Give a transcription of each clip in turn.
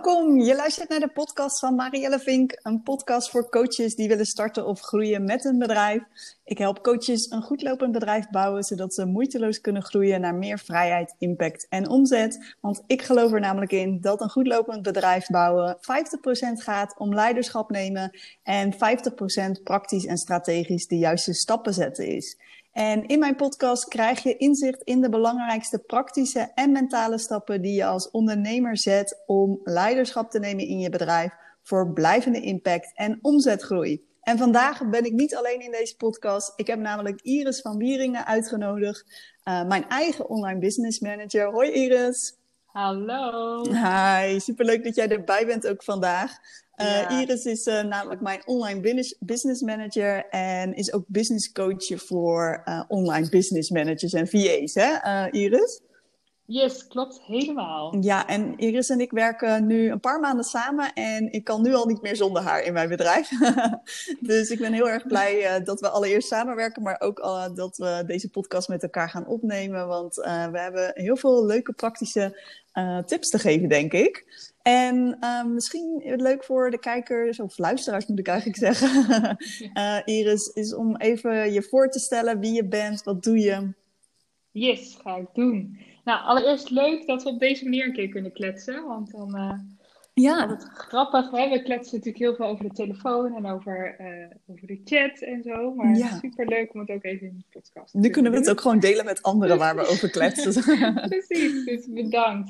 Welkom, je luistert naar de podcast van Marielle Vink, een podcast voor coaches die willen starten of groeien met een bedrijf. Ik help coaches een goed lopend bedrijf bouwen, zodat ze moeiteloos kunnen groeien naar meer vrijheid, impact en omzet. Want ik geloof er namelijk in dat een goed lopend bedrijf bouwen 50% gaat om leiderschap nemen en 50% praktisch en strategisch de juiste stappen zetten is. En in mijn podcast krijg je inzicht in de belangrijkste praktische en mentale stappen die je als ondernemer zet om leiderschap te nemen in je bedrijf voor blijvende impact en omzetgroei. En vandaag ben ik niet alleen in deze podcast. Ik heb namelijk Iris van Wieringen uitgenodigd, mijn eigen online business manager. Hoi Iris. Hallo. Hi, superleuk dat jij erbij bent ook vandaag. Ja. Iris is namelijk mijn online business manager en is ook business coach voor online business managers en VA's, hè Iris? Yes, klopt helemaal. Ja, en Iris en ik werken nu een paar maanden samen en ik kan nu al niet meer zonder haar in mijn bedrijf. Dus ik ben heel erg blij dat we allereerst samenwerken, maar ook dat we deze podcast met elkaar gaan opnemen. Want we hebben heel veel leuke praktische tips te geven, denk ik. En misschien leuk voor de kijkers, of luisteraars moet ik eigenlijk zeggen, Iris, is om even je voor te stellen wie je bent, wat doe je? Yes, ga ik doen. Nou, allereerst leuk dat we op deze manier een keer kunnen kletsen. Want dan is het grappig. Hè? We kletsen natuurlijk heel veel over de telefoon en over de chat en zo. Maar het is super leuk om het ook even in de podcast te doen. Nu kunnen we het ook gewoon delen met anderen waar we over kletsen. Precies, dus bedankt.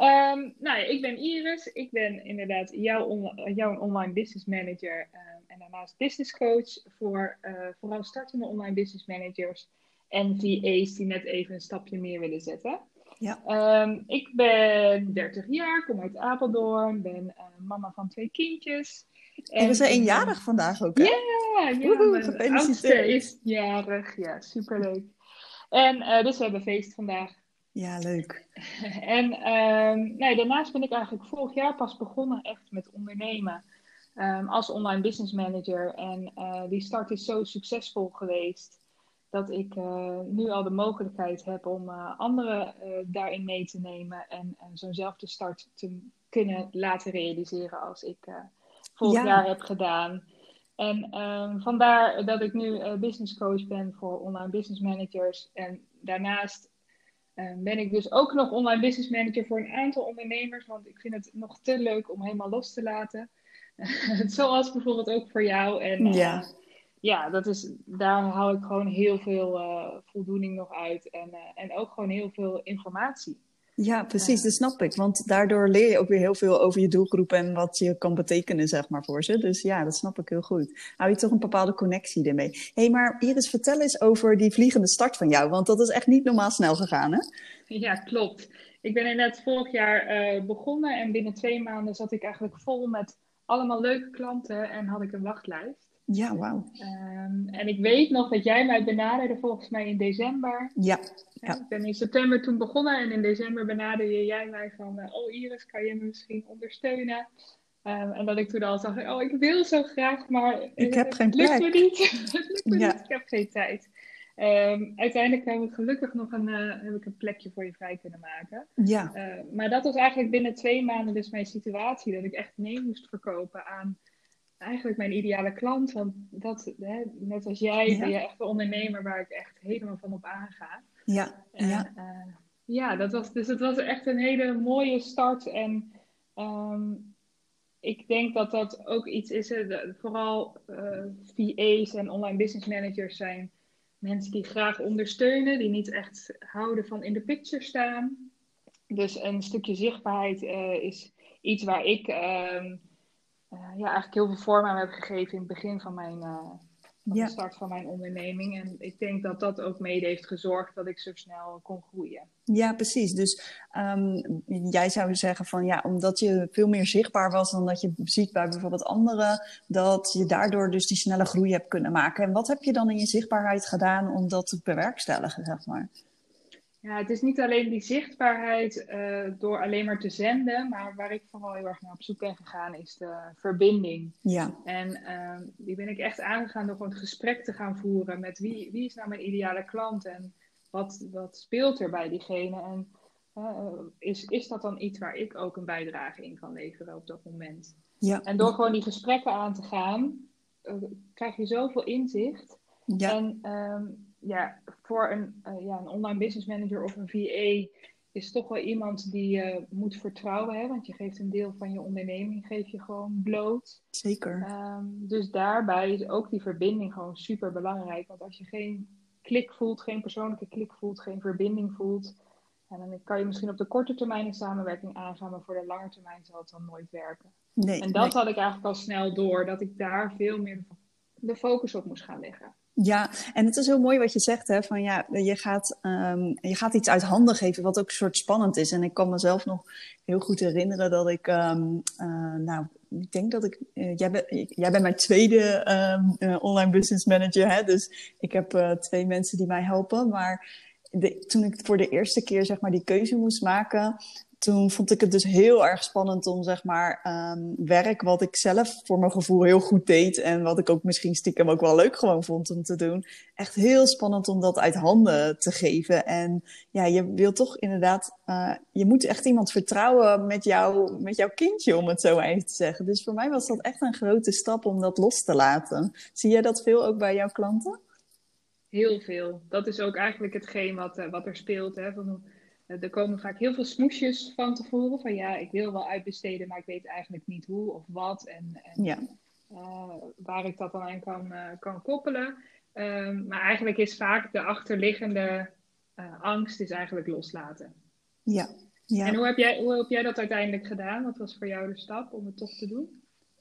Ik ben Iris. Ik ben inderdaad jouw online business manager. En daarnaast business coach voor vooral startende online business managers. En VA's die net even een stapje meer willen zetten. Ja. Ik ben 30 jaar, kom uit Apeldoorn, ben mama van 2 kindjes. En we zijn eenjarig vandaag ook, hè? Ja, mijn oudste is jarig. Ja, superleuk. En dus we hebben feest vandaag. Ja, leuk. En daarnaast ben ik eigenlijk vorig jaar pas begonnen echt met ondernemen. Als online business manager. En die start is zo succesvol geweest dat ik nu al de mogelijkheid heb om anderen daarin mee te nemen en zo'nzelfde start te kunnen laten realiseren als ik vorig jaar heb gedaan. En vandaar dat ik nu business coach ben voor online business managers. En daarnaast ben ik dus ook nog online business manager voor een aantal ondernemers, want ik vind het nog te leuk om helemaal los te laten. Zoals bijvoorbeeld ook voor jou. En daar haal ik gewoon heel veel voldoening nog uit. En ook gewoon heel veel informatie. Ja, precies, dat snap ik. Want daardoor leer je ook weer heel veel over je doelgroep en wat je kan betekenen, zeg maar, voor ze. Dus ja, dat snap ik heel goed. Hou je toch een bepaalde connectie ermee. Hé, maar Iris, vertel eens over die vliegende start van jou. Want dat is echt niet normaal snel gegaan, hè? Ja, klopt. Ik ben inderdaad vorig jaar begonnen. En binnen 2 maanden zat ik eigenlijk vol met allemaal leuke klanten en had ik een wachtlijst. Ja, wauw. En ik weet nog dat jij mij benaderde volgens mij in december. Ja. Ik ben in september toen begonnen en in december benaderde jij mij van... Iris, kan je me misschien ondersteunen? En dat ik toen al zag, ik wil zo graag, maar ik heb geen plek. Het lukt me niet. Het lukt me niet, ik heb geen tijd. Uiteindelijk heb ik gelukkig nog een plekje voor je vrij kunnen maken. Ja. Maar dat was eigenlijk binnen 2 maanden dus mijn situatie. Dat ik echt nee moest verkopen aan eigenlijk mijn ideale klant. Want dat, net als jij, ben je echt de ondernemer waar ik echt helemaal van op aanga. Ja. Het was echt een hele mooie start. En ik denk dat dat ook iets is. Vooral VA's en online business managers zijn mensen die graag ondersteunen. Die niet echt houden van in de picture staan. Dus een stukje zichtbaarheid is iets waar ik eigenlijk heel veel vorm aan heb gegeven in het begin van de start van mijn onderneming. En ik denk dat dat ook mede heeft gezorgd dat ik zo snel kon groeien. Ja, precies. Dus jij zou zeggen van omdat je veel meer zichtbaar was dan dat je ziet bij bijvoorbeeld anderen, dat je daardoor dus die snelle groei hebt kunnen maken. En wat heb je dan in je zichtbaarheid gedaan om dat te bewerkstelligen, zeg maar? Ja, het is niet alleen die zichtbaarheid door alleen maar te zenden, maar waar ik vooral heel erg naar op zoek ben gegaan is de verbinding. Ja. En die ben ik echt aangegaan door gewoon het gesprek te gaan voeren met wie is nou mijn ideale klant en wat speelt er bij diegene. En Is dat dan iets waar ik ook een bijdrage in kan leveren op dat moment? Ja. En door gewoon die gesprekken aan te gaan, krijg je zoveel inzicht. Ja. En voor een online business manager of een VA is toch wel iemand die je moet vertrouwen. Hè? Want je geeft een deel van je onderneming geef je gewoon bloot. Zeker. Dus daarbij is ook die verbinding gewoon super belangrijk. Want als je geen klik voelt, geen persoonlijke klik voelt, geen verbinding voelt, en dan kan je misschien op de korte termijn een samenwerking aangaan, maar voor de lange termijn zal het dan nooit werken. En dat had ik eigenlijk al snel door, dat ik daar veel meer de focus op moest gaan leggen. Ja, en het is heel mooi wat je zegt, hè, van je gaat iets uit handen geven wat ook een soort spannend is. En ik kan mezelf nog heel goed herinneren dat ik, ik denk dat ik, jij bent mijn tweede online business manager, hè, dus ik heb 2 mensen die mij helpen, maar toen ik voor de eerste keer zeg maar die keuze moest maken, toen vond ik het dus heel erg spannend om zeg maar werk wat ik zelf voor mijn gevoel heel goed deed en wat ik ook misschien stiekem ook wel leuk gewoon vond om te doen. Echt heel spannend om dat uit handen te geven. En ja, je wil toch inderdaad, je moet echt iemand vertrouwen met jouw kindje, om het zo even te zeggen. Dus voor mij was dat echt een grote stap om dat los te laten. Zie jij dat veel ook bij jouw klanten? Heel veel. Dat is ook eigenlijk hetgeen wat er speelt. Hè? Er komen vaak heel veel smoesjes van tevoren. Van ja, ik wil wel uitbesteden, maar ik weet eigenlijk niet hoe of wat. En Ja. Waar ik dat dan aan kan koppelen. Maar eigenlijk is vaak de achterliggende angst is eigenlijk loslaten. Ja. Ja. En hoe heb jij dat uiteindelijk gedaan? Wat was voor jou de stap om het toch te doen?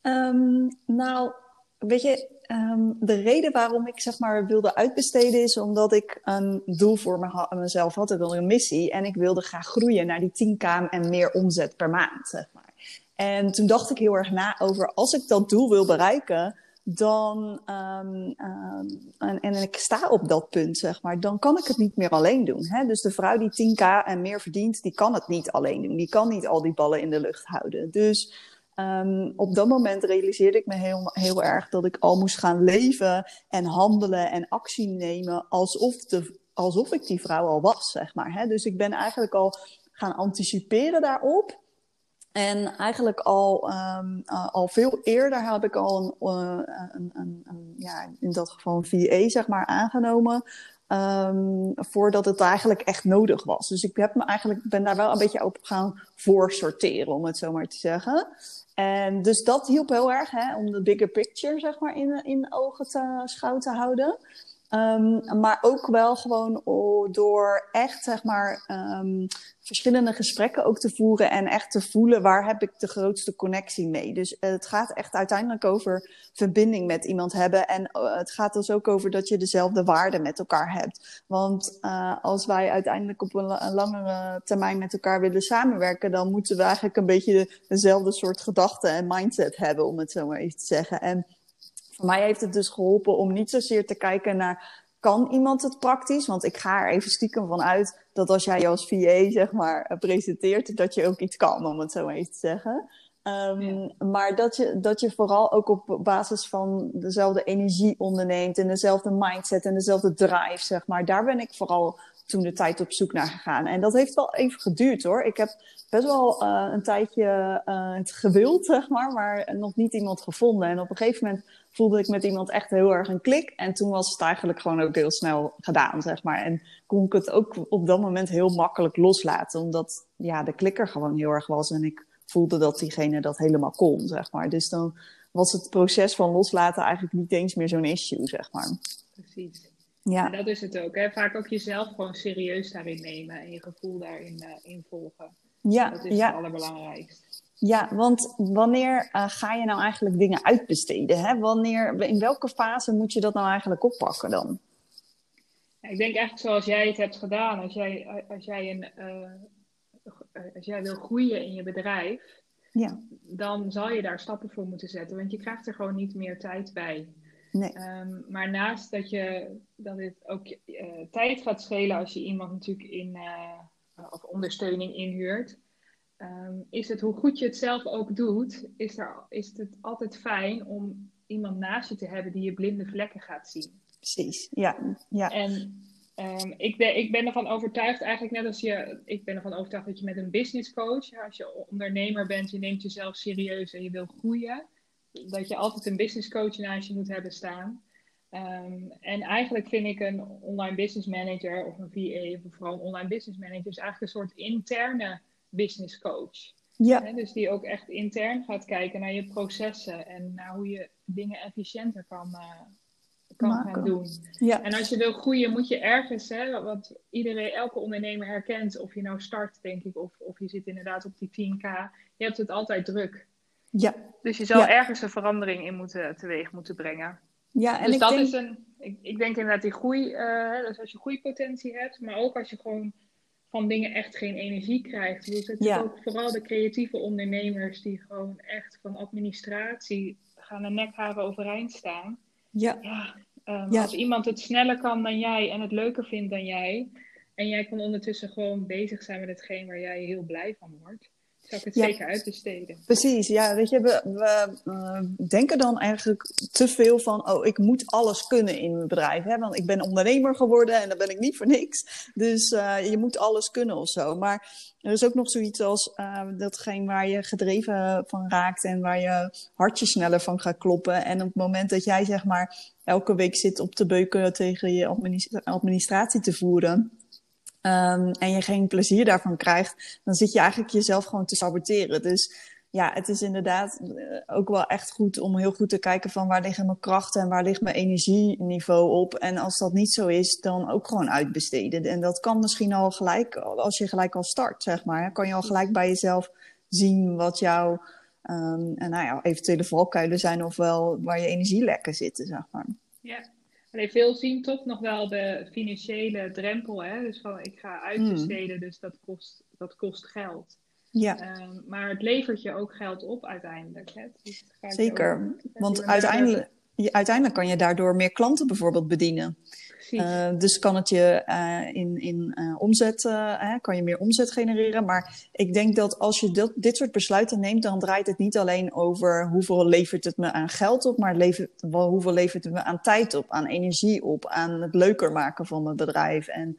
Nou, weet je, de reden waarom ik zeg maar wilde uitbesteden is omdat ik een doel voor mezelf had. Ik wilde een missie en ik wilde graag groeien naar die 10k en meer omzet per maand, zeg maar. En toen dacht ik heel erg na over, als ik dat doel wil bereiken, dan, en ik sta op dat punt, zeg maar, dan kan ik het niet meer alleen doen. Hè? Dus de vrouw die 10k en meer verdient, die kan het niet alleen doen. Die kan niet al die ballen in de lucht houden. Dus op dat moment realiseerde ik me heel erg dat ik al moest gaan leven en handelen en actie nemen alsof ik die vrouw al was, zeg maar. Hè? Dus ik ben eigenlijk al gaan anticiperen daarop. En eigenlijk al veel eerder heb ik al in dat geval een VA, zeg maar, aangenomen. Voordat het eigenlijk echt nodig was. Dus ik ben daar wel een beetje op gaan voorsorteren, om het zo maar te zeggen. En dus dat hielp heel erg, hè, om de bigger picture, zeg maar, in ogen schouw te houden. Maar ook wel gewoon door echt, zeg maar, verschillende gesprekken ook te voeren en echt te voelen waar heb ik de grootste connectie mee. Dus het gaat echt uiteindelijk over verbinding met iemand hebben en het gaat dus ook over dat je dezelfde waarden met elkaar hebt. Want als wij uiteindelijk op een langere termijn met elkaar willen samenwerken, dan moeten we eigenlijk een beetje dezelfde soort gedachten en mindset hebben, om het zo maar even te zeggen. En voor mij heeft het dus geholpen om niet zozeer te kijken naar, kan iemand het praktisch? Want ik ga er even stiekem van uit dat als jij je als VA, zeg maar, presenteert, dat je ook iets kan, om het zo even te zeggen. Maar dat je vooral ook op basis van dezelfde energie onderneemt en dezelfde mindset en dezelfde drive, zeg maar. Daar ben ik vooral toen de tijd op zoek naar gegaan. En dat heeft wel even geduurd, hoor. Ik heb best wel een tijdje het gewild, zeg maar nog niet iemand gevonden. En op een gegeven moment voelde ik met iemand echt heel erg een klik. En toen was het eigenlijk gewoon ook heel snel gedaan, zeg maar. En kon ik het ook op dat moment heel makkelijk loslaten. Omdat de klik er gewoon heel erg was. En ik voelde dat diegene dat helemaal kon, zeg maar. Dus dan was het proces van loslaten eigenlijk niet eens meer zo'n issue, zeg maar. Precies. Ja. En dat is het ook, hè? Vaak ook jezelf gewoon serieus daarin nemen en je gevoel daarin volgen. Ja, dat is het allerbelangrijkste. Ja, want wanneer ga je nou eigenlijk dingen uitbesteden? Hè? In welke fase moet je dat nou eigenlijk oppakken dan? Ja, ik denk eigenlijk zoals jij het hebt gedaan. Als jij wil groeien in je bedrijf, dan zal je daar stappen voor moeten zetten. Want je krijgt er gewoon niet meer tijd bij. Nee. Maar naast dat het ook tijd gaat schelen als je iemand natuurlijk of ondersteuning inhuurt, is het, hoe goed je het zelf ook doet, is het altijd fijn om iemand naast je te hebben die je blinde vlekken gaat zien. Precies, ja. En Ik ben ervan overtuigd, eigenlijk net als ik ben ervan overtuigd dat je met een business coach, ja, als je ondernemer bent, je neemt jezelf serieus en je wil groeien, dat je altijd een business coach naast je moet hebben staan. En eigenlijk vind ik een online business manager of een VA, of vooral een online business manager, is eigenlijk een soort interne business coach. Ja. Hè? Dus die ook echt intern gaat kijken naar je processen en naar hoe je dingen efficiënter kan gaan doen. Ja. En als je wil groeien, moet je ergens, hè, wat elke ondernemer herkent, of je nou start, denk ik, of je zit inderdaad op die 10k, je hebt het altijd druk. Ja. Dus je zal ergens een verandering in teweeg moeten brengen. Ja, en dus ik denk inderdaad die groei, dus als je groeipotentie hebt, maar ook als je gewoon van dingen echt geen energie krijgt. Dus het is ook vooral de creatieve ondernemers die gewoon echt van administratie gaan de nekharen overeind staan. Als iemand het sneller kan dan jij en het leuker vindt dan jij, en jij kan ondertussen gewoon bezig zijn met hetgeen waar jij heel blij van wordt, zou ik het zeker uitbesteden. Precies, ja, weet je, we denken dan eigenlijk te veel van, ik moet alles kunnen in mijn bedrijf, hè? Want ik ben ondernemer geworden en dan ben ik niet voor niks. Dus je moet alles kunnen of zo. Maar er is ook nog zoiets als datgene waar je gedreven van raakt en waar je hartje sneller van gaat kloppen. En op het moment dat jij, zeg maar, elke week zit op te beuken tegen je administratie te voeren, en je geen plezier daarvan krijgt, dan zit je eigenlijk jezelf gewoon te saboteren. Dus ja, het is inderdaad ook wel echt goed om heel goed te kijken van waar liggen mijn krachten en waar ligt mijn energieniveau op. En als dat niet zo is, dan ook gewoon uitbesteden. En dat kan misschien al gelijk, als je gelijk al start, zeg maar, kan je al gelijk bij jezelf zien wat jouw eventuele valkuilen zijn of wel waar je energielekken zitten, zeg maar. Ja. Veel zien toch nog wel de financiële drempel. Hè? Dus van ik ga uitbesteden, dus dat kost geld. Ja. Maar het levert je ook geld op uiteindelijk. Hè? Dus zeker, want uiteindelijk kan je daardoor meer klanten bijvoorbeeld bedienen. Dus kan het je in omzet, kan je meer omzet genereren. Maar ik denk dat als je dit soort besluiten neemt, dan draait het niet alleen over hoeveel levert het me aan geld op, maar hoeveel levert het me aan tijd op, aan energie op, aan het leuker maken van mijn bedrijf. En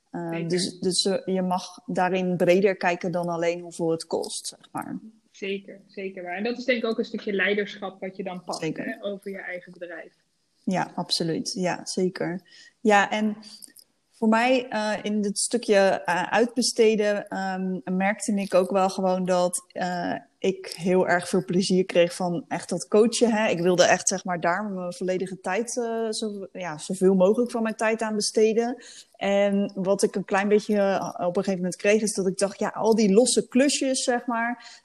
dus je mag daarin breder kijken dan alleen hoeveel het kost, zeg maar. Zeker waar. En dat is denk ik ook een stukje leiderschap wat je dan pakt over je eigen bedrijf. Ja, absoluut. Ja, zeker. Ja, en voor mij in dit stukje uitbesteden merkte ik ook wel gewoon dat ik heel erg veel plezier kreeg van echt dat coachen. Hè. Ik wilde echt, zeg maar, daar mijn volledige tijd, zoveel mogelijk van mijn tijd aan besteden. En wat ik een klein beetje op een gegeven moment kreeg, is dat ik dacht, al die losse klusjes, zeg maar,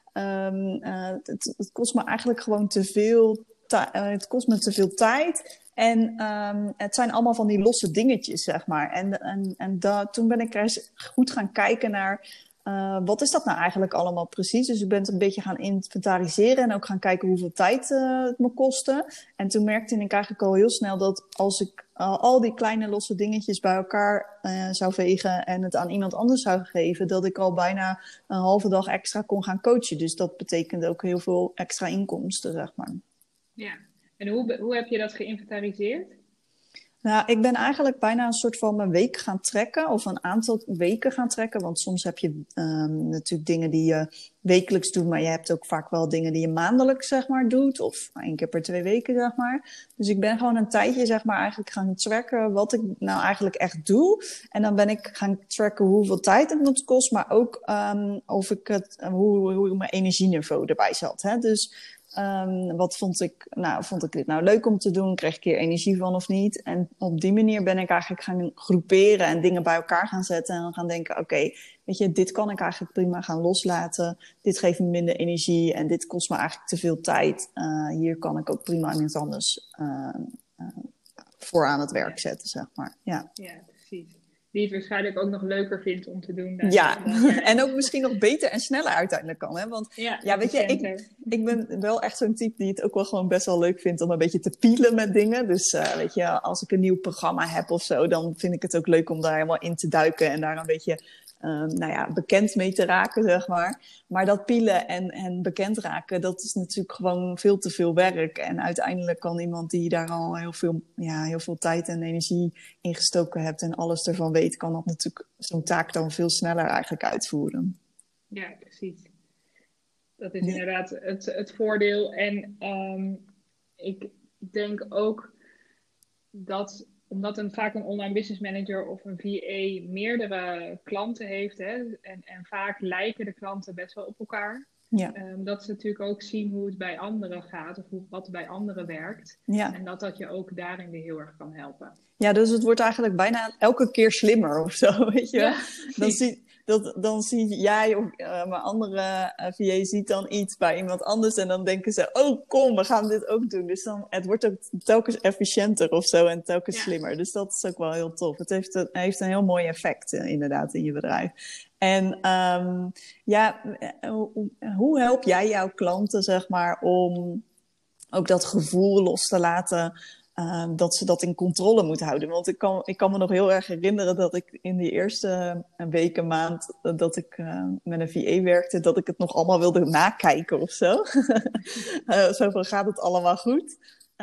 het kost me eigenlijk gewoon te veel. Het kost me te veel tijd. En het zijn allemaal van die losse dingetjes, zeg maar. En toen ben ik eens goed gaan kijken naar wat is dat nou eigenlijk allemaal precies. Dus ik ben het een beetje gaan inventariseren en ook gaan kijken hoeveel tijd het me kostte. En toen merkte ik eigenlijk al heel snel dat als ik al die kleine losse dingetjes bij elkaar zou vegen en het aan iemand anders zou geven, dat ik al bijna een halve dag extra kon gaan coachen. Dus dat betekende ook heel veel extra inkomsten, zeg maar. Ja. En hoe heb je dat geïnventariseerd? Nou, ik ben eigenlijk bijna een soort van mijn week gaan trekken. Of een aantal weken gaan trekken. Want soms heb je natuurlijk dingen die je wekelijks doet. Maar je hebt ook vaak wel dingen die je maandelijks, zeg maar, doet. Of 1 keer per 2 weken, zeg maar. Dus ik ben gewoon een tijdje, zeg maar, eigenlijk gaan tracken wat ik nou eigenlijk echt doe. En dan ben ik gaan tracken hoeveel tijd het me kost. Maar ook hoe mijn energieniveau erbij zat. Hè? Dus wat vond ik dit nou leuk om te doen? Kreeg ik hier energie van of niet? En op die manier ben ik eigenlijk gaan groeperen en dingen bij elkaar gaan zetten. En dan gaan denken, oké, weet je, dit kan ik eigenlijk prima gaan loslaten. Dit geeft me minder energie en dit kost me eigenlijk te veel tijd. Hier kan ik ook prima iets anders voor aan het werk zetten, zeg maar. Ja, precies. Die het waarschijnlijk ook nog leuker vindt om te doen. En ook misschien nog beter en sneller uiteindelijk kan. Hè? Want weet je, ik ben wel echt zo'n type die het ook wel gewoon best wel leuk vindt om een beetje te pielen met dingen. Dus weet je, als ik een nieuw programma heb of zo, dan vind ik het ook leuk om daar helemaal in te duiken en daar een beetje bekend mee te raken, zeg maar. Maar dat pielen en bekend raken, dat is natuurlijk gewoon veel te veel werk. En uiteindelijk kan iemand die daar al heel veel tijd en energie in gestoken hebt en alles ervan weet, kan dat natuurlijk zo'n taak dan veel sneller eigenlijk uitvoeren. Ja, precies. Dat is inderdaad het voordeel. En ik denk ook dat, omdat vaak een online business manager of een VA meerdere klanten heeft, hè, en vaak lijken de klanten best wel op elkaar. Ja. Dat ze natuurlijk ook zien hoe het bij anderen gaat of wat bij anderen werkt. Ja. En dat je ook daarin weer heel erg kan helpen. Ja, dus het wordt eigenlijk bijna elke keer slimmer of zo, weet je. Ja, dan zie jij of mijn andere VA ziet dan iets bij iemand anders en dan denken ze, oh kom, we gaan dit ook doen. Dus dan, het wordt ook telkens efficiënter of zo en telkens slimmer. Dus dat is ook wel heel tof. Het heeft een heel mooi effect inderdaad in je bedrijf. En hoe help jij jouw klanten, zeg maar, om ook dat gevoel los te laten dat ze dat in controle moeten houden? Want ik kan me nog heel erg herinneren dat ik in die eerste weken, maand dat ik met een VA werkte, dat ik het nog allemaal wilde nakijken of zo. Zo van, gaat het allemaal goed?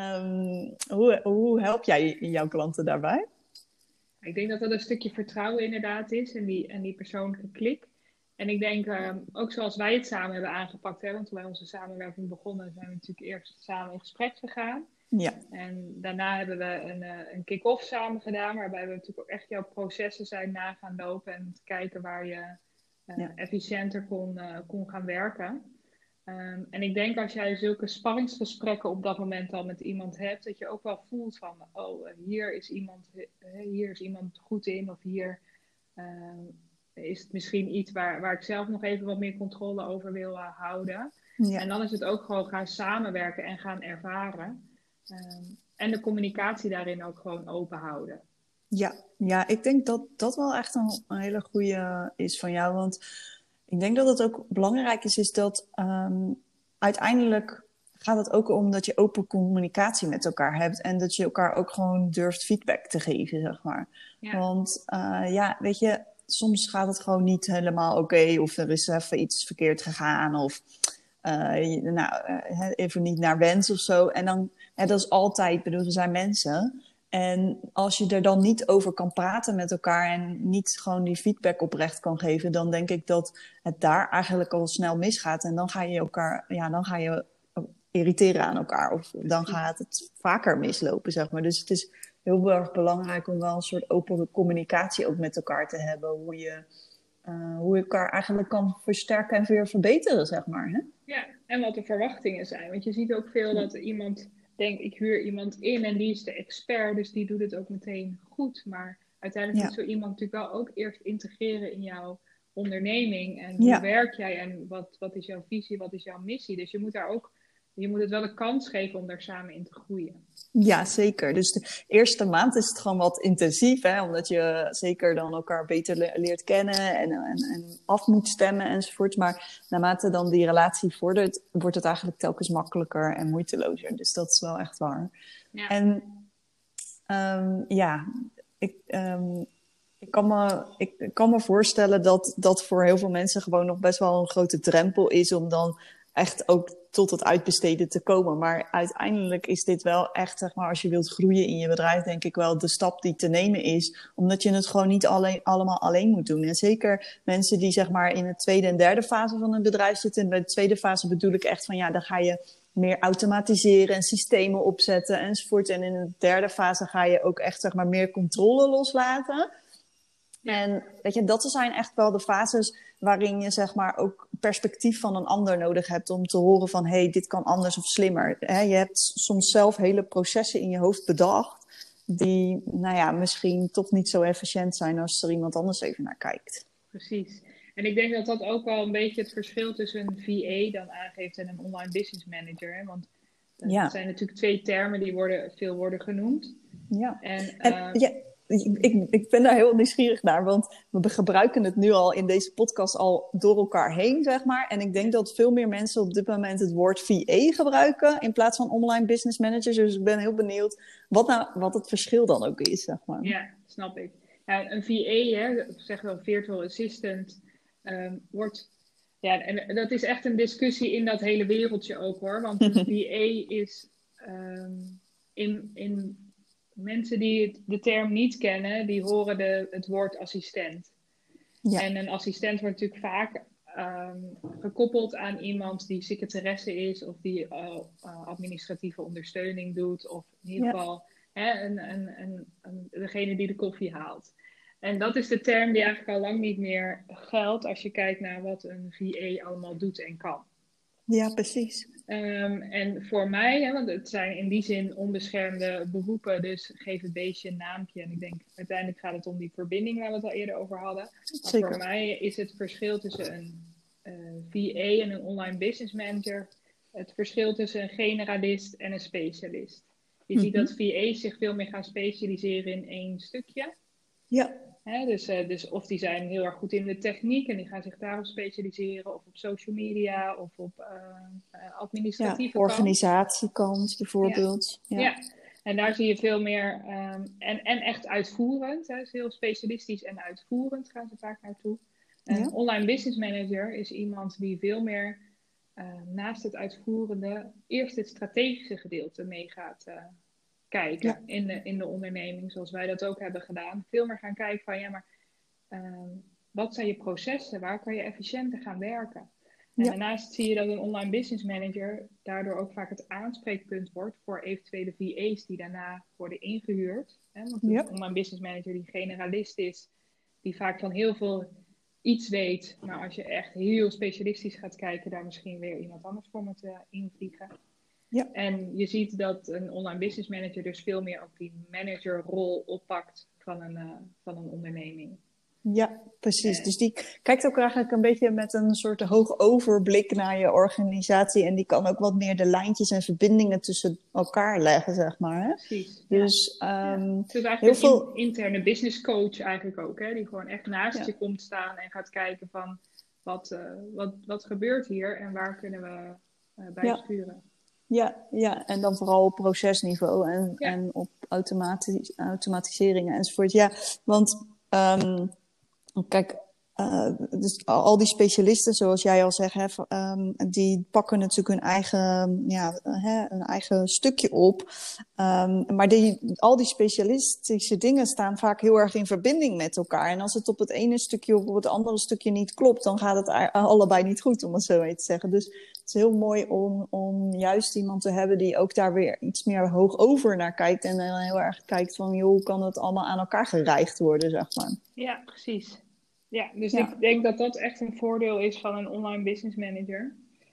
Hoe help jij jouw klanten daarbij? Ik denk dat dat een stukje vertrouwen inderdaad is en die persoonlijke klik. En ik denk, ook zoals wij het samen hebben aangepakt, hè, want toen wij onze samenwerking begonnen, zijn we natuurlijk eerst samen in gesprek gegaan. Ja. En daarna hebben we een kick-off samen gedaan, waarbij we natuurlijk ook echt jouw processen zijn na gaan lopen en te kijken waar je efficiënter kon gaan werken. En ik denk als jij zulke sparringsgesprekken op dat moment al met iemand hebt, dat je ook wel voelt van, hier is iemand goed in, of hier is het misschien iets waar ik zelf nog even wat meer controle over wil houden. Ja. En dan is het ook gewoon gaan samenwerken en gaan ervaren. En de communicatie daarin ook gewoon open houden. Ja, ik denk dat dat wel echt een hele goede is van jou. Want ik denk dat het ook belangrijk is dat uiteindelijk gaat het ook om dat je open communicatie met elkaar hebt. En dat je elkaar ook gewoon durft feedback te geven, zeg maar. Ja. Want weet je, soms gaat het gewoon niet helemaal oké. Of er is even iets verkeerd gegaan. Of even niet naar wens of zo. En dan, dat is altijd, we zijn mensen. En als je er dan niet over kan praten met elkaar en niet gewoon die feedback oprecht kan geven, dan denk ik dat het daar eigenlijk al snel misgaat. En dan ga je irriteren aan elkaar. Of dan gaat het vaker mislopen, zeg maar. Dus het is heel erg belangrijk om wel een soort open communicatie ook met elkaar te hebben. Hoe je elkaar eigenlijk kan versterken en weer verbeteren, zeg maar. Hè? Ja, en wat de verwachtingen zijn. Want je ziet ook veel dat iemand denkt, ik huur iemand in en die is de expert, dus die doet het ook meteen goed. Maar uiteindelijk moet zo iemand natuurlijk wel ook eerst integreren in jouw onderneming. En hoe werk jij en wat is jouw visie, wat is jouw missie? Dus je moet het wel een kans geven om daar samen in te groeien. Ja, zeker. Dus de eerste maand is het gewoon wat intensief, hè? Omdat je zeker dan elkaar beter leert kennen en af moet stemmen enzovoort. Maar naarmate dan die relatie vordert, wordt het eigenlijk telkens makkelijker en moeitelozer. Dus dat is wel echt waar. Ja. En ik kan me voorstellen dat voor heel veel mensen gewoon nog best wel een grote drempel is om dan echt ook tot het uitbesteden te komen. Maar uiteindelijk is dit wel echt, zeg maar, als je wilt groeien in je bedrijf, denk ik wel de stap die te nemen is. Omdat je het gewoon niet allemaal alleen moet doen. En zeker mensen die, zeg maar, in de tweede en derde fase van een bedrijf zitten. En bij de tweede fase bedoel ik echt van, dan ga je meer automatiseren en systemen opzetten enzovoort. En in de derde fase ga je ook echt, zeg maar, meer controle loslaten. En weet je, dat zijn echt wel de fases waarin je, zeg maar, ook perspectief van een ander nodig hebt om te horen van, hey, dit kan anders of slimmer. Je hebt soms zelf hele processen in je hoofd bedacht die, misschien toch niet zo efficiënt zijn als er iemand anders even naar kijkt. Precies. En ik denk dat dat ook wel een beetje het verschil tussen een VA dan aangeeft en een online business manager. Hè? Want dat zijn natuurlijk twee termen die veel worden genoemd. Ja. Ik ben daar heel nieuwsgierig naar, want we gebruiken het nu al in deze podcast al door elkaar heen, zeg maar. En ik denk dat veel meer mensen op dit moment het woord VA gebruiken in plaats van online business managers. Dus ik ben heel benieuwd wat het verschil dan ook is, zeg maar. Ja, snap ik. Ja, een VA, hè, zeg wel virtual assistant, wordt... Ja, en dat is echt een discussie in dat hele wereldje ook hoor. Want een VA is in mensen die de term niet kennen, die horen het woord assistent. Ja. En een assistent wordt natuurlijk vaak gekoppeld aan iemand die secretaresse is of die administratieve ondersteuning doet. Of in ieder geval degene die de koffie haalt. En dat is de term die eigenlijk al lang niet meer geldt als je kijkt naar wat een VA allemaal doet en kan. Ja, precies. En voor mij, want het zijn in die zin onbeschermde beroepen, dus geef het beestje een naampje. En ik denk, uiteindelijk gaat het om die verbinding waar we het al eerder over hadden. Maar Zeker. voor mij is het verschil tussen een VA en een online business manager het verschil tussen een generalist en een specialist. Je ziet dat VA's zich veel meer gaan specialiseren in één stukje. Ja. Dus of die zijn heel erg goed in de techniek en die gaan zich daarop specialiseren, of op social media, of op administratieve kant. Organisatiekant bijvoorbeeld. Ja, en daar zie je veel meer, en echt uitvoerend, dus heel specialistisch en uitvoerend gaan ze vaak naartoe. Een online business manager is iemand die veel meer naast het uitvoerende eerst het strategische gedeelte mee gaat kijken in de onderneming, zoals wij dat ook hebben gedaan. Veel meer gaan kijken van, wat zijn je processen? Waar kan je efficiënter gaan werken? En daarnaast zie je dat een online business manager daardoor ook vaak het aanspreekpunt wordt voor eventuele VA's die daarna worden ingehuurd. Want een online business manager die generalist is, die vaak van heel veel iets weet, maar als je echt heel specialistisch gaat kijken, daar misschien weer iemand anders voor moet invliegen. Ja. En je ziet dat een online business manager dus veel meer ook die managerrol oppakt van een onderneming. Ja, precies. Dus die kijkt ook eigenlijk een beetje met een soort hoog overblik naar je organisatie. En die kan ook wat meer de lijntjes en verbindingen tussen elkaar leggen, zeg maar. Hè? Precies. Dus, Het is eigenlijk een interne business coach eigenlijk ook. Hè? Die gewoon echt naast je komt staan en gaat kijken van wat gebeurt hier en waar kunnen we bijsturen. Ja, en dan vooral op procesniveau en op automatiseringen enzovoort. Ja, want kijk, dus al die specialisten, zoals jij al zegt, die pakken natuurlijk hun eigen stukje op. Maar al die specialistische dingen staan vaak heel erg in verbinding met elkaar. En als het op het ene stukje of op het andere stukje niet klopt, dan gaat het allebei niet goed, om het zo even te zeggen. Dus het is heel mooi om juist iemand te hebben die ook daar weer iets meer hoog over naar kijkt. En dan heel erg kijkt van, hoe kan het allemaal aan elkaar gerijgd worden, zeg maar. Ja, precies. Ja, dus ik denk dat dat echt een voordeel is van een online business manager.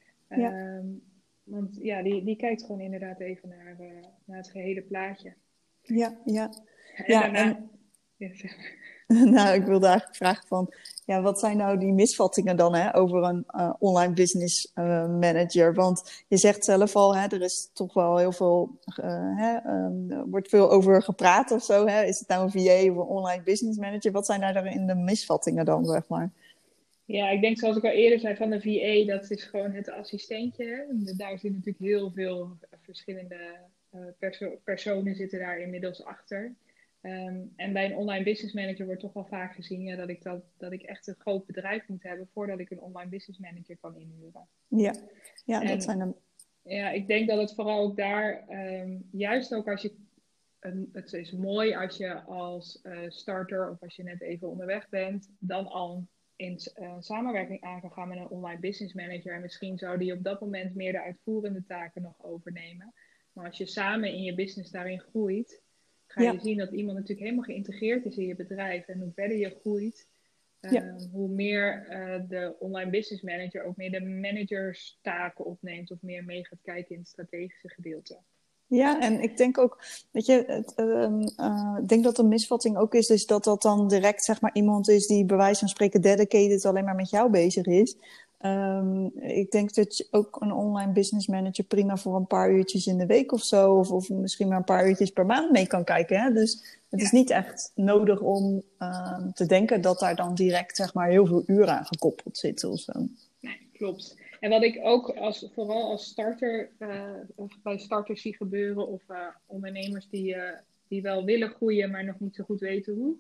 Want die kijkt gewoon inderdaad even naar het gehele plaatje. Ja. En daarna... zeg maar. Nou, ik wilde eigenlijk vragen van, wat zijn nou die misvattingen dan over een online business manager? Want je zegt zelf al, er is toch wel heel veel, er wordt veel over gepraat of zo. Is het nou een VA of een online business manager? Wat zijn daarin de misvattingen dan, zeg maar? Ja, ik denk zoals ik al eerder zei van de VA, dat is gewoon het assistentje. Hè? Daar zitten natuurlijk heel veel verschillende personen zitten daar inmiddels achter. En bij een online business manager wordt toch wel vaak gezien dat ik echt een groot bedrijf moet hebben voordat ik een online business manager kan inhuren. Ja, dat zijn hem. Ja, ik denk dat het vooral ook daar, juist ook als je, het is mooi als je als starter of als je net even onderweg bent, dan al in samenwerking aan kan gaan met een online business manager. En misschien zou die op dat moment meer de uitvoerende taken nog overnemen. Maar als je samen in je business daarin groeit, ga je zien dat iemand natuurlijk helemaal geïntegreerd is in je bedrijf. En hoe verder je groeit, hoe meer de online business manager ook meer de managerstaken opneemt of meer mee gaat kijken in het strategische gedeelte. Ja, en ik denk ook, weet je, ik denk dat een misvatting ook is dat dan direct, zeg maar, iemand is die bij wijze van spreken dedicated alleen maar met jou bezig is. Ik denk dat je ook een online business manager prima voor een paar uurtjes in de week of zo, of misschien maar een paar uurtjes per maand mee kan kijken. Hè? Dus het is niet echt nodig om te denken dat daar dan direct, zeg maar, heel veel uren aan gekoppeld zitten of zo. Nee, klopt. En wat ik ook vooral als starter, bij starters zie gebeuren, of ondernemers die wel willen groeien, maar nog niet zo goed weten hoe,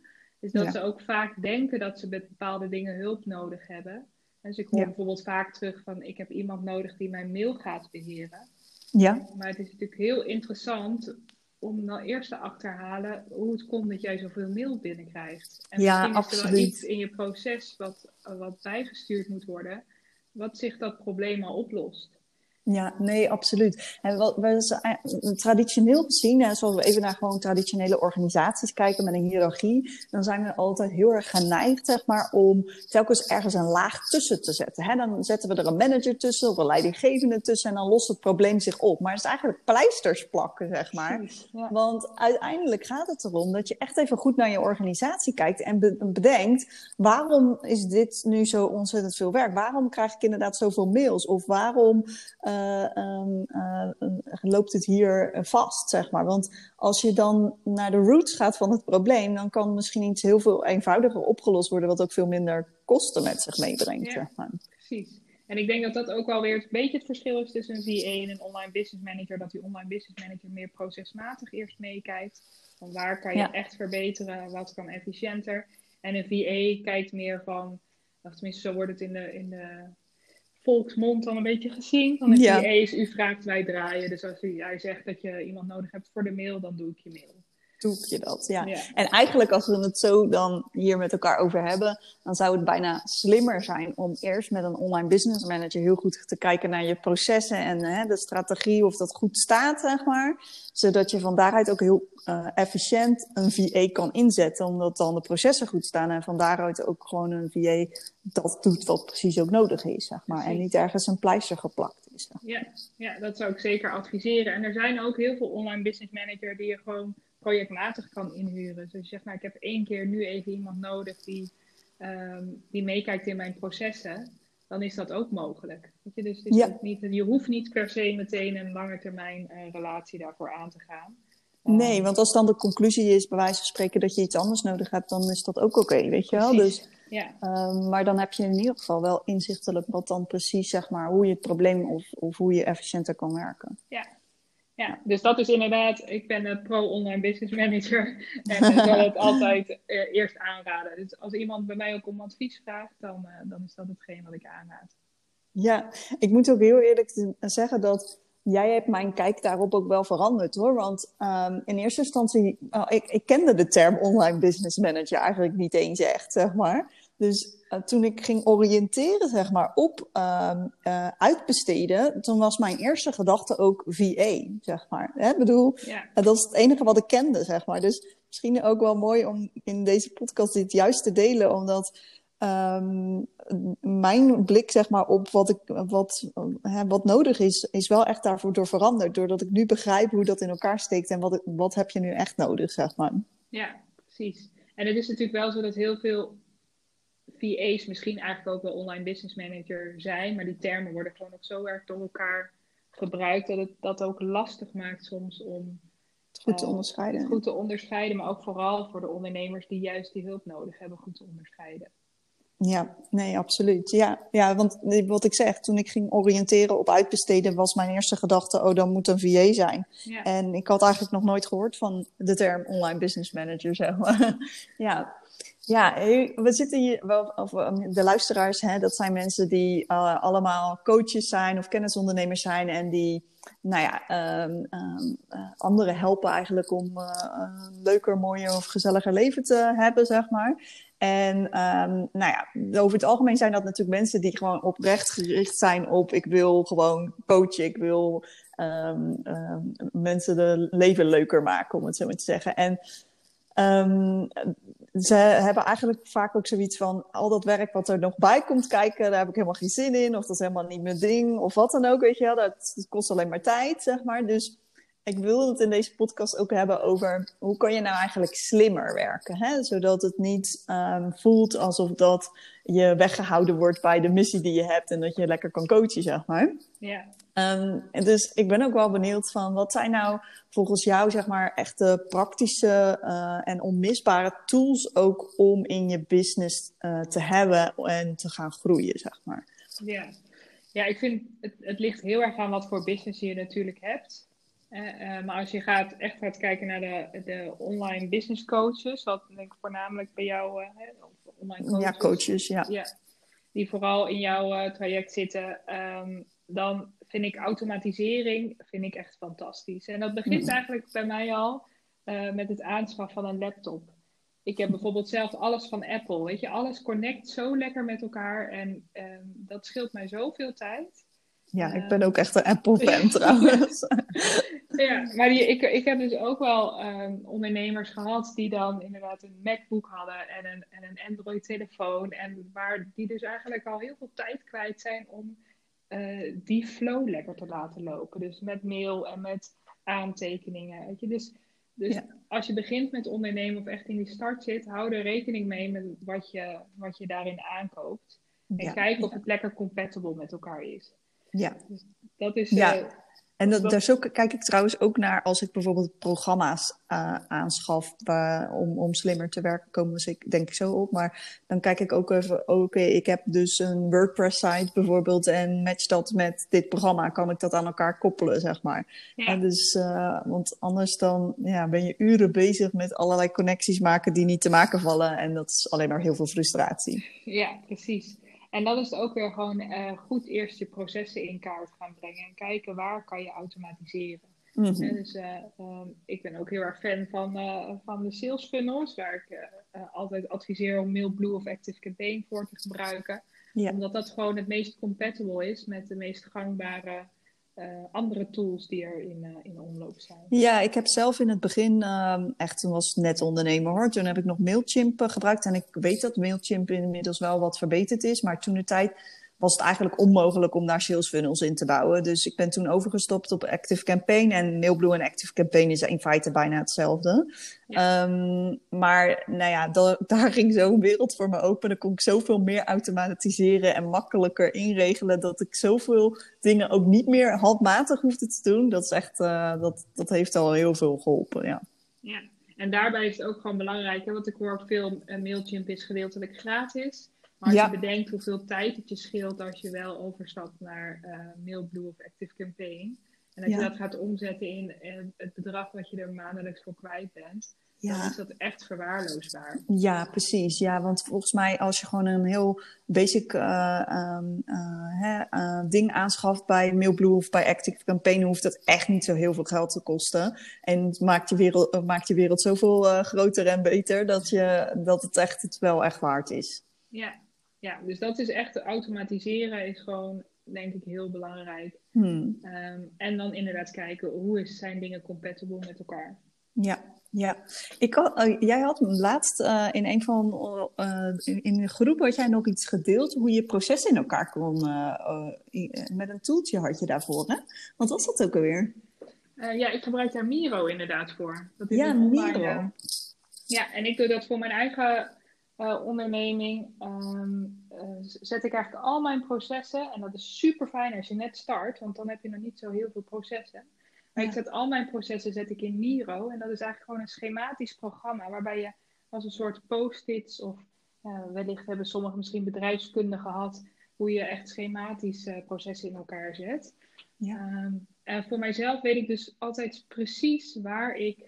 is dat Ja. ze ook vaak denken dat ze met bepaalde dingen hulp nodig hebben. Dus ik hoor bijvoorbeeld vaak terug van, ik heb iemand nodig die mijn mail gaat beheren. Ja. Maar het is natuurlijk heel interessant om dan eerst te achterhalen hoe het komt dat jij zoveel mail binnenkrijgt. En Ja, misschien is er wel absoluut. iets in je proces wat bijgestuurd moet worden, wat zich dat probleem al oplost. Ja, nee, absoluut. En traditioneel gezien, hè, zoals we even naar gewoon traditionele organisaties kijken met een hiërarchie, dan zijn we altijd heel erg geneigd, zeg maar, om telkens ergens een laag tussen te zetten. Hè? Dan zetten we er een manager tussen of een leidinggevende tussen en dan lost het probleem zich op. Maar het is eigenlijk pleisters plakken, zeg maar. Precies, ja. Want uiteindelijk gaat het erom dat je echt even goed naar je organisatie kijkt en bedenkt, waarom is dit nu zo ontzettend veel werk? Waarom krijg ik inderdaad zoveel mails? Of waarom loopt het hier vast, zeg maar. Want als je dan naar de roots gaat van het probleem, dan kan misschien iets heel veel eenvoudiger opgelost worden, wat ook veel minder kosten met zich meebrengt, zeg maar. Precies. En ik denk dat dat ook wel weer een beetje het verschil is tussen een VA en een online business manager. Dat die online business manager meer procesmatig eerst meekijkt. Van waar kan je echt verbeteren, wat kan efficiënter. En een VA kijkt meer van, of tenminste zo wordt het in de volksmond dan een beetje gezien. Van een VA is, u vraagt, wij draaien. Dus als jij zegt dat je iemand nodig hebt voor de mail, dan doe ik je mail. Doe je dat, ja. En eigenlijk als we het zo dan hier met elkaar over hebben, dan zou het bijna slimmer zijn om eerst met een online business manager heel goed te kijken naar je processen en de strategie, of dat goed staat, zeg maar. Zodat je van daaruit ook heel efficiënt een VA kan inzetten, omdat dan de processen goed staan en van daaruit ook gewoon een VA dat doet wat precies ook nodig is, zeg maar. En niet ergens een pleister geplakt is. Ja, dat zou ik zeker adviseren. En er zijn ook heel veel online business managers die je gewoon projectmatig kan inhuren. Dus je zegt, nou, ik heb 1 keer nu even iemand nodig die meekijkt in mijn processen. Dan is dat ook mogelijk. Weet je? Dus het is ook niet, je hoeft niet per se meteen een lange termijn relatie daarvoor aan te gaan. Nee, want als dan de conclusie is, bij wijze van spreken, dat je iets anders nodig hebt, dan is dat ook oké, weet je wel. Dus, maar dan heb je in ieder geval wel inzichtelijk wat dan precies, zeg maar, hoe je het probleem of hoe je efficiënter kan werken. Ja, dus dat is inderdaad, ik ben een pro-online business manager en ik zal het altijd eerst aanraden. Dus als iemand bij mij ook om advies vraagt, dan is dat hetgeen wat ik aanraad. Ja, ik moet ook heel eerlijk zeggen dat jij hebt mijn kijk daarop ook wel veranderd, hoor. Want in eerste instantie, ik kende de term online business manager eigenlijk niet eens echt, zeg maar. Dus toen ik ging oriënteren, zeg maar, op uitbesteden, toen was mijn eerste gedachte ook VA, zeg maar. Ik bedoel, dat is het enige wat ik kende, zeg maar. Dus misschien ook wel mooi om in deze podcast dit juist te delen, omdat mijn blik, zeg maar, op wat nodig is wel echt daarvoor door veranderd. Doordat ik nu begrijp hoe dat in elkaar steekt en wat heb je nu echt nodig, zeg maar. Ja, precies. En het is natuurlijk wel zo dat heel veel VA's misschien eigenlijk ook wel online business manager zijn, maar die termen worden gewoon nog zo erg door elkaar gebruikt dat het dat ook lastig maakt soms om het goed te onderscheiden, maar ook vooral voor de ondernemers die juist die hulp nodig hebben, goed te onderscheiden. Ja, nee, absoluut. Ja, want wat ik zeg, toen ik ging oriënteren op uitbesteden, was mijn eerste gedachte, dan moet een VA zijn. Ja. En ik had eigenlijk nog nooit gehoord van de term online business manager, zeg maar. Ja, we zitten hier, de luisteraars, dat zijn mensen die allemaal coaches zijn of kennisondernemers zijn en die, anderen helpen eigenlijk om een leuker, mooier of gezelliger leven te hebben, zeg maar. En over het algemeen zijn dat natuurlijk mensen die gewoon oprecht gericht zijn op, ik wil gewoon coachen, ik wil mensen de leven leuker maken, om het zo maar te zeggen. En ze hebben eigenlijk vaak ook zoiets van, al dat werk wat er nog bij komt kijken, daar heb ik helemaal geen zin in, of dat is helemaal niet mijn ding, of wat dan ook, weet je wel. Dat kost alleen maar tijd, zeg maar. Dus ik wil het in deze podcast ook hebben over, hoe kan je nou eigenlijk slimmer werken, hè? Zodat het niet voelt alsof dat je weggehouden wordt bij de missie die je hebt en dat je lekker kan coachen, zeg maar. Ja. Dus ik ben ook wel benieuwd van, wat zijn nou volgens jou, zeg maar, echt de praktische en onmisbare tools ook om in je business te hebben en te gaan groeien, zeg maar. Ja, ik vind het ligt heel erg aan wat voor business je natuurlijk hebt. Maar als je echt gaat kijken naar de online business coaches, wat denk ik voornamelijk bij jou, online coaches, Ja, coaches, ja. ja, die vooral in jouw traject zitten, dan vind ik automatisering echt fantastisch. En dat begint eigenlijk bij mij al met het aanschaffen van een laptop. Ik heb bijvoorbeeld zelf alles van Apple. Weet je, alles connect zo lekker met elkaar en dat scheelt mij zoveel tijd. Ja, ik ben ook echt een Apple-fan trouwens. Ja, maar ik heb dus ook wel ondernemers gehad die dan inderdaad een MacBook hadden en een Android-telefoon. En waar die dus eigenlijk al heel veel tijd kwijt zijn om die flow lekker te laten lopen. Dus met mail en met aantekeningen. Weet je? Dus Ja. als je begint met ondernemen of echt in die start zit, hou er rekening mee met wat je daarin aankoopt. En kijk of het lekker compatible met elkaar is. Ja. Dus dat is... En daar kijk ik trouwens ook naar als ik bijvoorbeeld programma's aanschaf om slimmer te werken, komen we denk ik zo op. Maar dan kijk ik ook even, oké, ik heb dus een WordPress-site bijvoorbeeld en match dat met dit programma, kan ik dat aan elkaar koppelen, zeg maar. Ja. En dus, want anders dan ben je uren bezig met allerlei connecties maken die niet te maken vallen en dat is alleen maar heel veel frustratie. Ja, precies. En dan is het ook weer gewoon goed eerst je processen in kaart gaan brengen. En kijken waar kan je automatiseren. Mm-hmm. Dus ik ben ook heel erg fan van de sales funnels. Waar ik altijd adviseer om MailBlue of ActiveCampaign voor te gebruiken. Ja. Omdat dat gewoon het meest compatible is met de meest gangbare andere tools die er in omloop zijn. Ja, ik heb zelf in het begin, toen was het net ondernemer hoor. Toen heb ik nog Mailchimp gebruikt. En ik weet dat Mailchimp inmiddels wel wat verbeterd is. Maar toen de tijd was het eigenlijk onmogelijk om daar sales funnels in te bouwen. Dus ik ben toen overgestapt op ActiveCampaign. En MailBlue en ActiveCampaign is in feite bijna hetzelfde. Ja. Maar nou ja, daar ging zo'n wereld voor me open. Dan kon ik zoveel meer automatiseren en makkelijker inregelen. Dat ik zoveel dingen ook niet meer handmatig hoefde te doen. Dat is echt, dat heeft al heel veel geholpen, ja. Ja, en daarbij is het ook gewoon belangrijk. Hè, want ik hoor ook veel, Mailchimp is gedeeltelijk gratis. Maar als je bedenkt hoeveel tijd het je scheelt als je wel overstapt naar MailBlue of ActiveCampaign. En dat je dat gaat omzetten in het bedrag wat je er maandelijks voor kwijt bent. Dan is dat echt verwaarloosbaar. Ja, precies. Ja, want volgens mij als je gewoon een heel basic ding aanschaft bij MailBlue of bij ActiveCampaign, hoeft dat echt niet zo heel veel geld te kosten. En het maakt je wereld zoveel groter en beter dat het echt het wel echt waard is. Ja, dus dat is echt, automatiseren is gewoon, denk ik, heel belangrijk. En dan inderdaad kijken, zijn dingen compatible met elkaar? Ja. Jij had laatst in een van in een groep had jij nog iets gedeeld hoe je processen in elkaar kon met een toeltje had je daarvoor, hè? Wat was dat ook alweer? Ja, ik gebruik daar Miro inderdaad voor. Dat is Miro. Ja, en ik doe dat voor mijn eigen onderneming. Zet ik eigenlijk al mijn processen, en dat is super fijn als je net start, want dan heb je nog niet zo heel veel processen. Maar ik zet al mijn processen in Miro. En dat is eigenlijk gewoon een schematisch programma. Waarbij je als een soort post-its. Of wellicht hebben sommigen misschien bedrijfskunde gehad. Hoe je echt schematisch processen in elkaar zet. Ja. En voor mijzelf weet ik dus altijd precies waar ik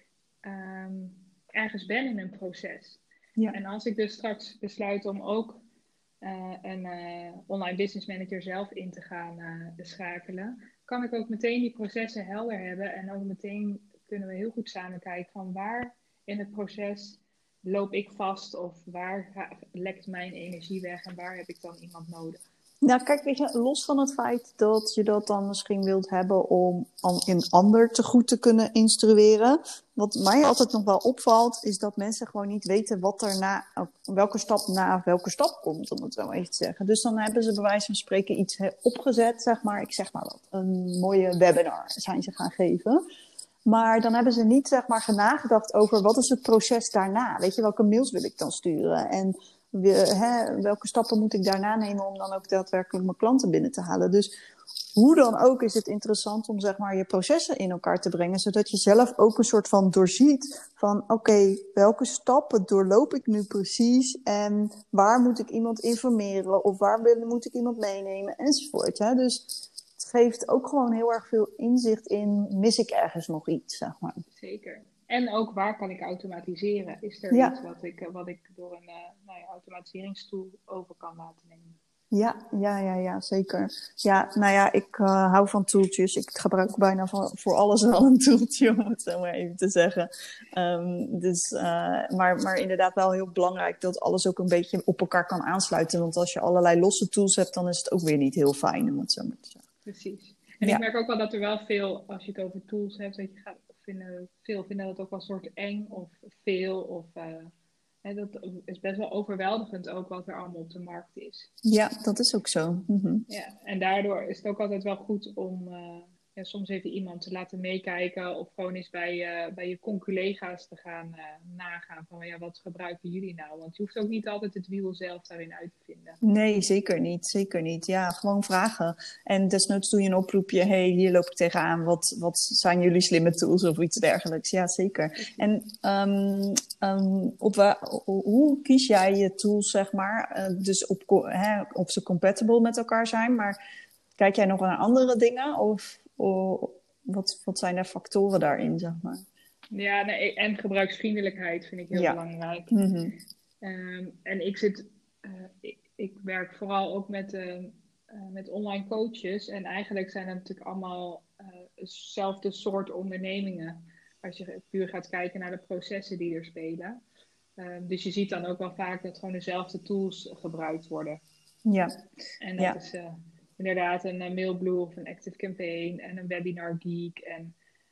ergens ben in een proces. Ja. En als ik dus straks besluit om ook een online business manager zelf in te gaan schakelen, kan ik ook meteen die processen helder hebben. En ook meteen kunnen we heel goed samen kijken van waar in het proces loop ik vast of waar lekt mijn energie weg en waar heb ik dan iemand nodig. Nou kijk, weet je, los van het feit dat je dat dan misschien wilt hebben om een ander te goed te kunnen instrueren. Wat mij altijd nog wel opvalt, is dat mensen gewoon niet weten wat er welke stap na welke stap komt, om het zo even te zeggen. Dus dan hebben ze bij wijze van spreken iets opgezet, zeg maar. Ik zeg maar wat, een mooie webinar zijn ze gaan geven. Maar dan hebben ze niet, zeg maar, nagedacht over wat is het proces daarna. Weet je, welke mails wil ik dan sturen? En welke stappen moet ik daarna nemen om dan ook daadwerkelijk mijn klanten binnen te halen? Dus hoe dan ook is het interessant om, zeg maar, je processen in elkaar te brengen, zodat je zelf ook een soort van doorziet van oké, welke stappen doorloop ik nu precies en waar moet ik iemand informeren of waar moet ik iemand meenemen enzovoort. Hè? Dus het geeft ook gewoon heel erg veel inzicht in, mis ik ergens nog iets, zeg maar. Zeker. En ook waar kan ik automatiseren? Is er Ja. iets wat ik door een automatiseringstool over kan laten nemen? Ja, zeker. Ja, nou ja, ik hou van tooltjes. Ik gebruik bijna voor alles wel een tooltje, om het zo maar even te zeggen. Maar inderdaad wel heel belangrijk dat alles ook een beetje op elkaar kan aansluiten. Want als je allerlei losse tools hebt, dan is het ook weer niet heel fijn, om het zo maar te zeggen. Precies. En ik merk ook wel dat er wel veel, als je het over tools hebt, dat je gaat vinden dat ook wel een soort eng of veel. Of dat is best wel overweldigend ook wat er allemaal op de markt is. Ja, dat is ook zo. Mm-hmm. Ja, en daardoor is het ook altijd wel goed om soms even iemand te laten meekijken. Of gewoon eens bij je conculega's te gaan nagaan van wat gebruiken jullie nou? Want je hoeft ook niet altijd het wiel zelf daarin uit te vinden. Nee, zeker niet. Zeker niet. Ja, gewoon vragen. En desnoods doe je een oproepje. Hey, hier loop ik tegenaan. Wat zijn jullie slimme tools of iets dergelijks? Ja, zeker. En hoe kies jij je tools, zeg maar? Dus of ze compatible met elkaar zijn. Maar kijk jij nog naar andere dingen? Of wat zijn de factoren daarin, zeg maar? Ja, nee, en gebruiksvriendelijkheid vind ik heel belangrijk. Mm-hmm. En ik werk vooral ook met online coaches. En eigenlijk zijn het natuurlijk allemaal hetzelfde soort ondernemingen. Als je puur gaat kijken naar de processen die er spelen. Dus je ziet dan ook wel vaak dat gewoon dezelfde tools gebruikt worden. Ja. En dat is inderdaad een Mailblue of een Active Campaign en een Webinar Geek. En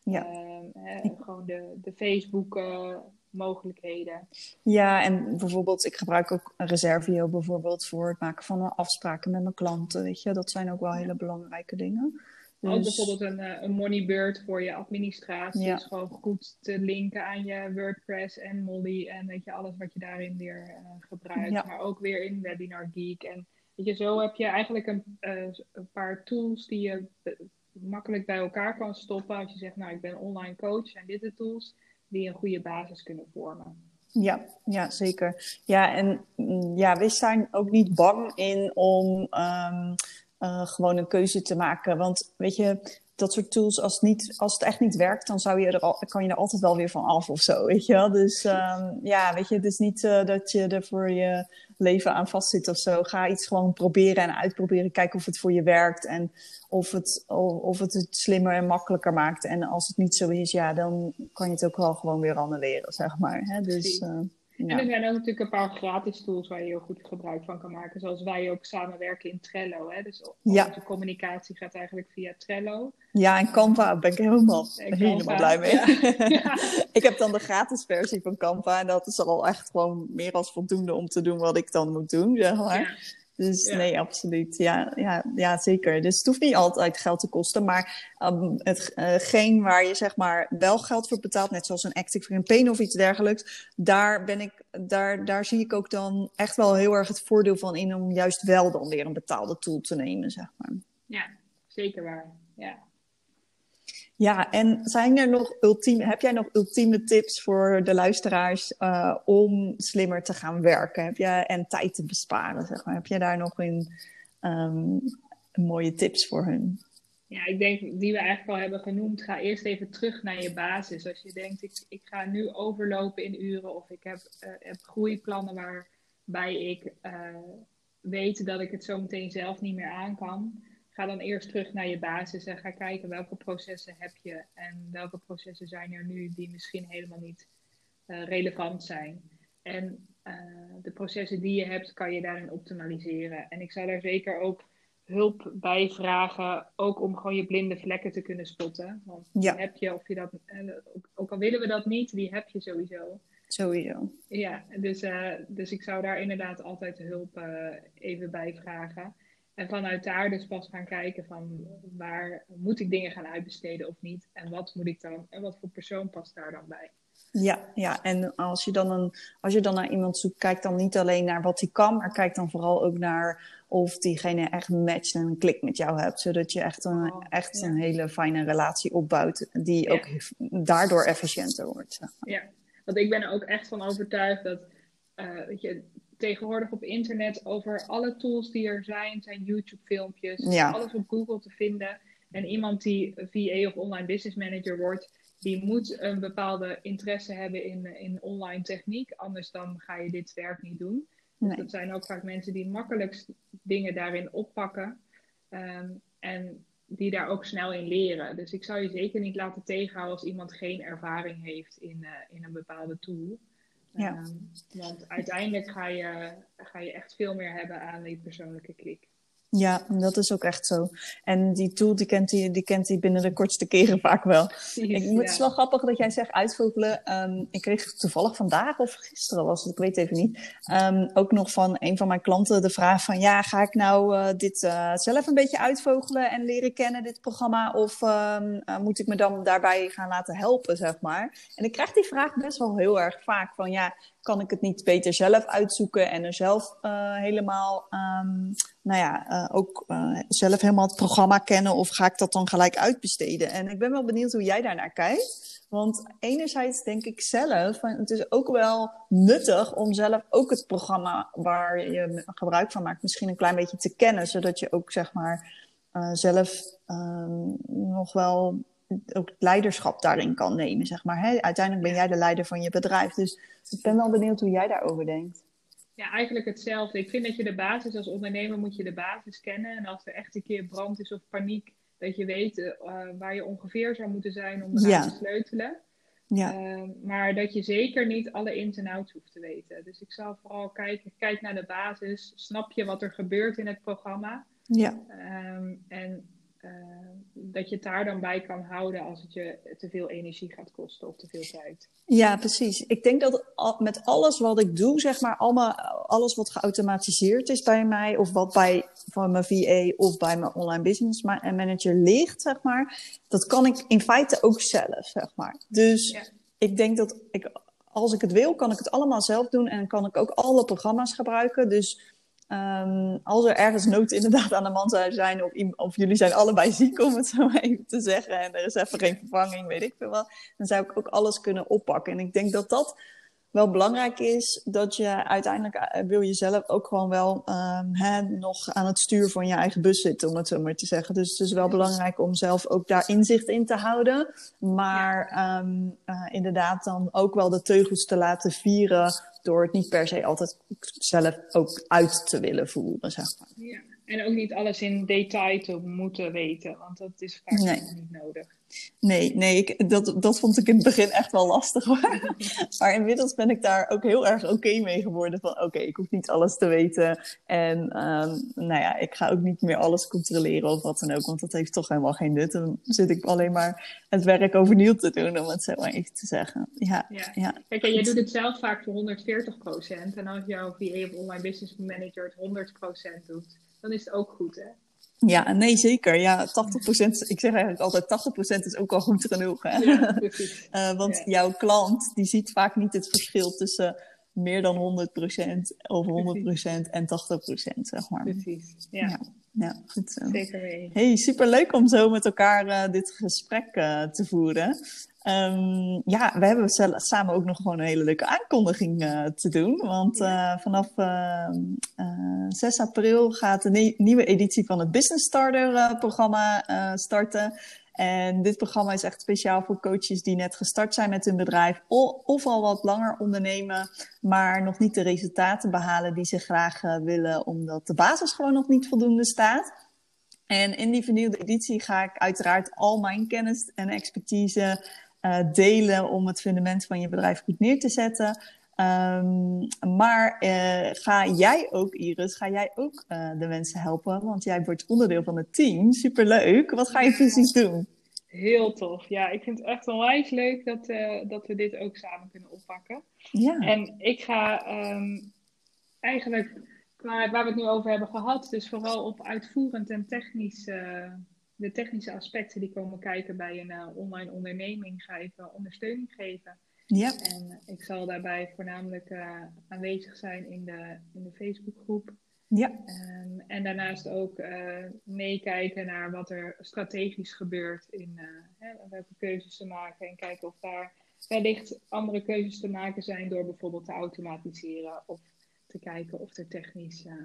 gewoon de Facebook mogelijkheden. Ja, en bijvoorbeeld, ik gebruik ook een Reservio bijvoorbeeld voor het maken van afspraken met mijn klanten, weet je. Dat zijn ook wel hele belangrijke dingen. Dus... Ook bijvoorbeeld een Moneybird voor je administratie. Ja. Dus gewoon goed te linken aan je WordPress en Molly en weet je, alles wat je daarin weer gebruikt. Ja. Maar ook weer in Webinar Geek. En weet je, zo heb je eigenlijk een paar tools die je makkelijk bij elkaar kan stoppen. Als je zegt, nou, ik ben online coach, zijn dit de tools die een goede basis kunnen vormen. Ja, zeker. Ja, en wees daar ook niet bang in om gewoon een keuze te maken. Want weet je, dat soort tools, als het echt niet werkt, dan kan je er altijd wel weer van af of zo, weet je wel. Dus weet je, het is niet dat je er voor je leven aan vast zit of zo. Ga iets gewoon proberen en uitproberen. Kijken of het voor je werkt en of het slimmer en makkelijker maakt. En als het niet zo is, dan kan je het ook wel gewoon weer annuleren, zeg maar. Hè? Dus... En er zijn ook natuurlijk een paar gratis tools waar je heel goed gebruik van kan maken. Zoals wij ook samenwerken in Trello. Hè? Dus onze communicatie gaat eigenlijk via Trello. Ja, en Canva ben ik helemaal blij mee. Ja. Ik heb dan de gratis versie van Canva. En dat is al echt gewoon meer als voldoende om te doen wat ik dan moet doen, zeg maar. Ja. Dus nee, absoluut. Ja, zeker. Dus het hoeft niet altijd geld te kosten. Maar hetgeen waar je zeg maar wel geld voor betaalt, net zoals een Active Campaign of iets dergelijks, daar zie ik ook dan echt wel heel erg het voordeel van in om juist wel dan weer een betaalde tool te nemen, zeg maar. Ja, zeker waar. Ja. Ja, en heb jij nog ultieme tips voor de luisteraars om slimmer te gaan werken? En tijd te besparen, zeg maar? Heb jij daar nog mooie tips voor hun? Ja, ik denk die we eigenlijk al hebben genoemd. Ga eerst even terug naar je basis. Als je denkt, ik ga nu overlopen in uren of ik heb groeiplannen waarbij ik weet dat ik het zo meteen zelf niet meer aan kan. Ga dan eerst terug naar je basis en ga kijken welke processen heb je en welke processen zijn er nu die misschien helemaal niet relevant zijn. En de processen die je hebt, kan je daarin optimaliseren. En ik zou daar zeker ook hulp bij vragen, ook om gewoon je blinde vlekken te kunnen spotten. Want die heb je, of je dat, ook al willen we dat niet, die heb je sowieso. Sowieso. Ja, dus ik zou daar inderdaad altijd hulp even bij vragen. En vanuit daar dus pas gaan kijken van waar moet ik dingen gaan uitbesteden of niet. En wat moet ik dan, en wat voor persoon past daar dan bij. Ja, en als je dan naar iemand zoekt, kijk dan niet alleen naar wat hij kan, maar kijk dan vooral ook naar of diegene echt matcht en een klik met jou hebt. Zodat je echt een hele fijne relatie opbouwt die ook daardoor efficiënter wordt. Zeg maar. Ja, want ik ben er ook echt van overtuigd dat, weet je, tegenwoordig op internet over alle tools die er zijn YouTube-filmpjes, alles op Google te vinden. En iemand die VA of online business manager wordt, die moet een bepaalde interesse hebben in online techniek. Anders dan ga je dit werk niet doen. Dus Nee. dat zijn ook vaak mensen die makkelijk dingen daarin oppakken. En die daar ook snel in leren. Dus ik zou je zeker niet laten tegenhouden als iemand geen ervaring heeft in een bepaalde tool. Ja. Want uiteindelijk ga je echt veel meer hebben aan die persoonlijke klik. Ja, dat is ook echt zo. En die tool, die kent hij binnen de kortste keren vaak wel. Precies, Het is wel grappig dat jij zegt uitvogelen. Ik kreeg toevallig vandaag of gisteren was het, ik weet even niet. Ook nog van een van mijn klanten de vraag van... ja, ga ik nou dit zelf een beetje uitvogelen en leren kennen, dit programma? Of moet ik me dan daarbij gaan laten helpen, zeg maar? En ik krijg die vraag best wel heel erg vaak van... ja, kan ik het niet beter zelf uitzoeken en er zelf helemaal... ook zelf helemaal het programma kennen of ga ik dat dan gelijk uitbesteden? En ik ben wel benieuwd hoe jij daarnaar kijkt. Want enerzijds denk ik zelf, het is ook wel nuttig om zelf ook het programma waar je gebruik van maakt misschien een klein beetje te kennen. Zodat je ook zeg maar zelf nog wel ook het leiderschap daarin kan nemen, zeg maar. Hè? Uiteindelijk ben jij de leider van je bedrijf. Dus ik ben wel benieuwd hoe jij daarover denkt. Ja, eigenlijk hetzelfde. Ik vind dat je de basis, als ondernemer moet je de basis kennen. En als er echt een keer brand is of paniek, dat je weet waar je ongeveer zou moeten zijn om eraan te sleutelen. Ja. Maar dat je zeker niet alle ins en outs hoeft te weten. Dus ik zou vooral kijk naar de basis. Snap je wat er gebeurt in het programma? Ja. En dat je het daar dan bij kan houden als het je te veel energie gaat kosten of te veel tijd. Ja, precies. Ik denk dat met alles wat ik doe, zeg maar, alles wat geautomatiseerd is bij mij, of wat van mijn VA of bij mijn online business manager ligt, zeg maar, dat kan ik in feite ook zelf, zeg maar. Dus ik denk dat als ik het wil, kan ik het allemaal zelf doen en kan ik ook alle programma's gebruiken. Dus als er ergens nood inderdaad aan de man zou zijn, of jullie zijn allebei ziek, om het zo maar even te zeggen, en er is even geen vervanging, weet ik veel wat, dan zou ik ook alles kunnen oppakken. En ik denk dat dat wel belangrijk is, dat je uiteindelijk wil je zelf ook gewoon wel nog aan het stuur van je eigen bus zitten, om het zo maar te zeggen. Dus het is wel belangrijk om zelf ook daar inzicht in te houden, maar inderdaad dan ook wel de teugels te laten vieren, door het niet per se altijd zelf ook uit te willen voeren, zeg maar. Ja, en ook niet alles in detail te moeten weten, want dat is vaak niet nodig. Nee, dat vond ik in het begin echt wel lastig hoor. Maar inmiddels ben ik daar ook heel erg oké mee geworden. Van oké, ik hoef niet alles te weten. En ik ga ook niet meer alles controleren of wat dan ook. Want dat heeft toch helemaal geen nut. Dan zit ik alleen maar het werk overnieuw te doen, om het zo maar even te zeggen. Ja. Kijk, en jij doet het zelf vaak voor 140%. En als jouw VA of online business manager het 100% doet, dan is het ook goed, hè? Ja, nee, zeker. Ja, 80%, ik zeg eigenlijk altijd 80% is ook al goed genoeg. Hè? Ja, precies. Want jouw klant, die ziet vaak niet het verschil tussen meer dan 100% of 100% en 80%, zeg maar. Precies, ja, goed zo. Zeker weten. Hey, superleuk om zo met elkaar dit gesprek te voeren. We hebben samen ook nog gewoon een hele leuke aankondiging te doen. Want vanaf 6 april gaat de nieuwe editie van het Business Starter programma starten. En dit programma is echt speciaal voor coaches die net gestart zijn met hun bedrijf. Of al wat langer ondernemen, maar nog niet de resultaten behalen die ze graag willen. Omdat de basis gewoon nog niet voldoende staat. En in die vernieuwde editie ga ik uiteraard al mijn kennis en expertise delen om het fundament van je bedrijf goed neer te zetten. Maar ga jij ook, Iris, de mensen helpen? Want jij wordt onderdeel van het team. Superleuk. Wat ga je precies doen? Heel tof. Ja, ik vind het echt onwijs leuk dat we dit ook samen kunnen oppakken. Ja. En ik ga eigenlijk, waar we het nu over hebben gehad, dus vooral op uitvoerend en technisch, de technische aspecten die komen kijken bij een online onderneming, ga ik ondersteuning geven. Ja. En ik zal daarbij voornamelijk aanwezig zijn in de Facebookgroep. Ja. En daarnaast ook meekijken naar wat er strategisch gebeurt in welke keuzes te maken. En kijken of daar wellicht andere keuzes te maken zijn door bijvoorbeeld te automatiseren. Of te kijken of er technisch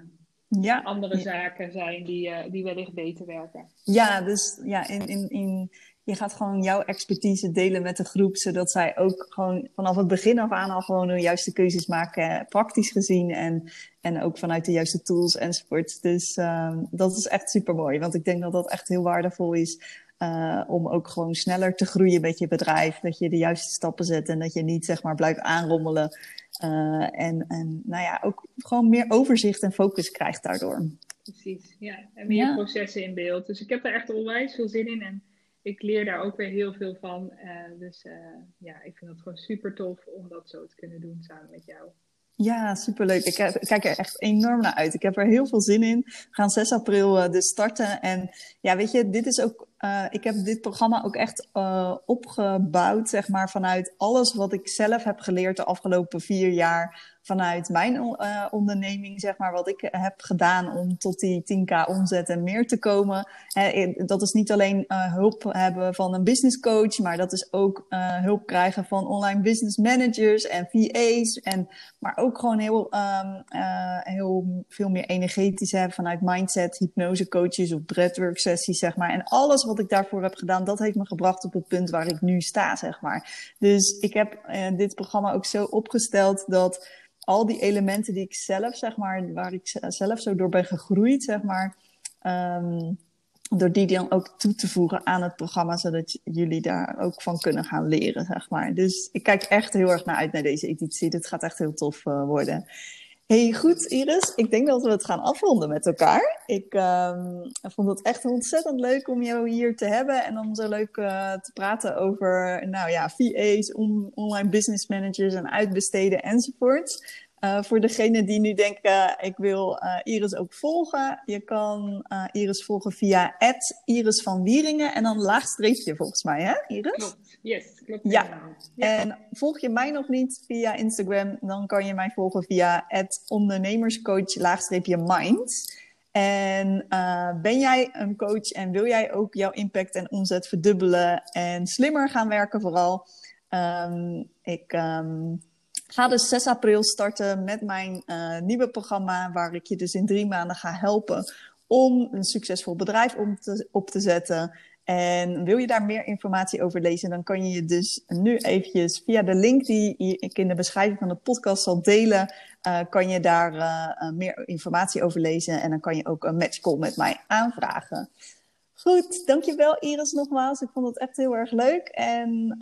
Ja, andere zaken zijn die wellicht beter werken. ja, dus ja, je gaat gewoon jouw expertise delen met de groep, zodat zij ook gewoon vanaf het begin af aan al gewoon de juiste keuzes maken, praktisch gezien en ook vanuit de juiste tools enzovoort. Dus dat is echt super mooi, want ik denk dat dat echt heel waardevol is om ook gewoon sneller te groeien met je bedrijf, dat je de juiste stappen zet en dat je niet zeg maar blijft aanrommelen en nou ja, ook gewoon meer overzicht en focus krijgt daardoor. Precies, ja. En meer processen in beeld. Dus ik heb daar echt onwijs veel zin in. En ik leer daar ook weer heel veel van. Dus ik vind het gewoon super tof om dat zo te kunnen doen samen met jou. Ja, superleuk. Ik kijk er echt enorm naar uit. Ik heb er heel veel zin in. We gaan 6 april dus starten. En ja, weet je, dit is ook... ik heb dit programma ook echt opgebouwd, zeg maar, vanuit alles wat ik zelf heb geleerd de afgelopen 4 jaar. Vanuit mijn onderneming, zeg maar, wat ik heb gedaan om tot die 10.000 omzet en meer te komen. Dat is niet alleen hulp hebben van een business coach, maar dat is ook hulp krijgen van online business managers en VA's. Maar ook gewoon heel veel meer energetisch hebben vanuit mindset, hypnose coaches of breathwork sessies, zeg maar. En alles wat ik daarvoor heb gedaan, dat heeft me gebracht op het punt waar ik nu sta, zeg maar. Dus ik heb dit programma ook zo opgesteld dat al die elementen die ik zelf, zeg maar, waar ik zelf zo door ben gegroeid, zeg maar, door die dan ook toe te voegen aan het programma, zodat jullie daar ook van kunnen gaan leren, zeg maar. Dus ik kijk echt heel erg naar deze editie. Dit gaat echt heel tof worden. Hey, goed Iris, ik denk dat we het gaan afronden met elkaar. Ik vond het echt ontzettend leuk om jou hier te hebben en om zo leuk te praten over, nou ja, VA's, online business managers en uitbesteden enzovoort. Voor degene die nu denken, ik wil Iris ook volgen. Je kan Iris volgen via @IrisVanWieringen en dan laagstreepje volgens mij, hè Iris? Klopt, yes, klopt. Ja, en volg je mij nog niet via Instagram, dan kan je mij volgen via @ondernemerscoach_mind. En ben jij een coach en wil jij ook jouw impact en omzet verdubbelen en slimmer gaan werken vooral? Ik ga dus 6 april starten met mijn nieuwe programma, waar ik je dus in 3 maanden ga helpen om een succesvol bedrijf op te zetten. En wil je daar meer informatie over lezen, dan kan je je dus nu eventjes via de link die ik in de beschrijving van de podcast zal delen, kan je daar meer informatie over lezen en dan kan je ook een matchcall met mij aanvragen. Goed, dankjewel Iris nogmaals. Ik vond het echt heel erg leuk en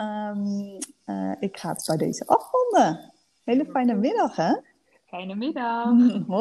ik ga het bij deze afronden. Hele fijne middag, hè? Fijne middag.